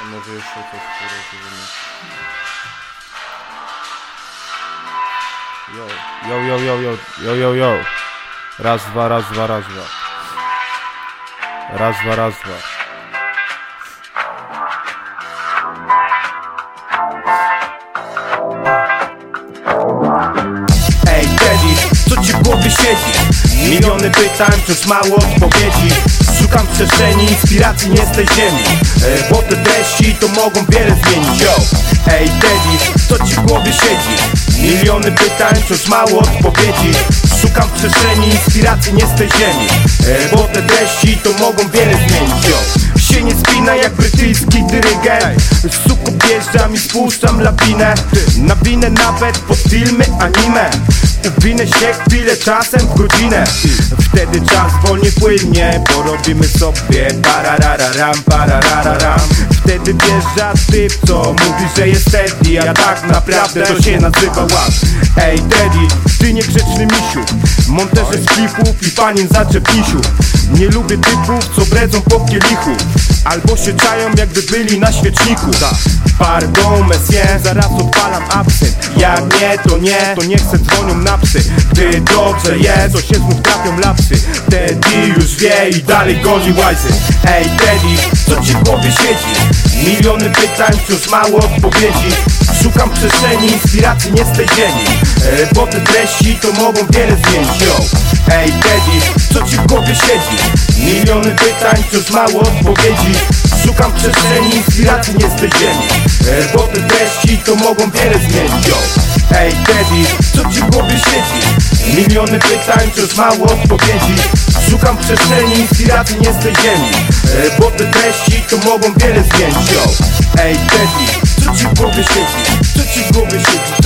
Może jeszcze coś zrobimy. Yo. Raz, dwa. Raz, dwa. Ej Teddy, co ci w głowie siedzi? Miliony pytań, wciąż mało odpowiedzi. Szukam przestrzeni, inspiracji nie z tej ziemi, bo te treści to mogą wiele zmienić. Yo. Ej Teddy, co ci w głowie siedzi? Miliony pytań, wciąż mało odpowiedzi. Szukam przestrzeni, inspiracji nie z tej ziemi, bo te treści to mogą wiele zmienić. Yo. Się nie spina jak brytyjski dyrygent. Suko wjeżdżam i spuszczam lawinę. Nawinę nawet pod filmy anime. Uwinę się chwilę, czasem w godzinę. Wtedy czas wolniej płynie, bo robimy sobie pararararam. Wtedy wjeżdża typ, co mówi, że jest Teddy, a tak naprawdę to się nazywa ład. Ej Teddy, ty niegrzeczny misiu, monterze z klipów i panin zaczepnisiu. Nie lubię typów, co bredzą po kielichu, albo się czają jakby byli na świeczniku. Pardon monsieur, zaraz odpalam absynt. Jak nie, to niech se dzwonią na psy. Gdy dobrze jest, to się znów trafią lapsy. Teddy już wie i dalej goni łajzy. Ej Teddy, co ci w głowie siedzi? Miliony pytań, wciąż mało odpowiedzi. Szukam przestrzeni, inspiracji nie z tej ziemi, bo te treści to mogą wiele zmienić. Yo. Ej Teddy, co ci w głowie siedzi? Miliony pytań, wciąż mało odpowiedzi. Szukam przestrzeni, inspiracji nie z tej ziemi, bo te treści to mogą wiele zmienić. Yo. Ej Teddy, co ci w głowie siedzi? Miliony pytań, wciąż mało odpowiedzi. Szukam przestrzeni, inspiracji nie z tej ziemi, bo te treści to mogą wiele zmienić. Yo. Ej Teddy, co ci w głowie siedzi? Co ci w głowie siedzi?